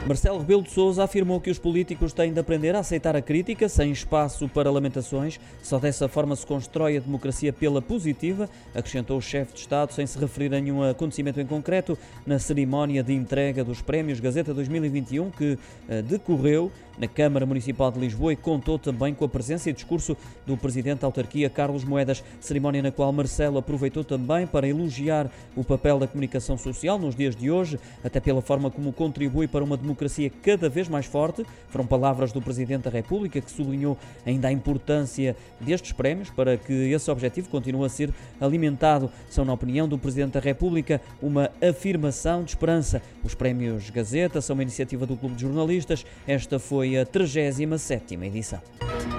Marcelo Rebelo de Sousa afirmou que os políticos têm de aprender a aceitar a crítica, sem espaço para lamentações. Só dessa forma se constrói a democracia pela positiva, acrescentou o chefe de Estado, sem se referir a nenhum acontecimento em concreto na cerimónia de entrega dos Prémios Gazeta 2021, que decorreu na Câmara Municipal de Lisboa e contou também com a presença e discurso do Presidente da Autarquia, Carlos Moedas, cerimónia na qual Marcelo aproveitou também para elogiar o papel da comunicação social nos dias de hoje, até pela forma como contribui para uma democracia cada vez mais forte. Foram palavras do Presidente da República, que sublinhou ainda a importância destes prémios para que esse objetivo continue a ser alimentado. São, na opinião do Presidente da República, uma afirmação de esperança. Os Prémios Gazeta são uma iniciativa do Clube de Jornalistas. Esta foi a 37ª edição.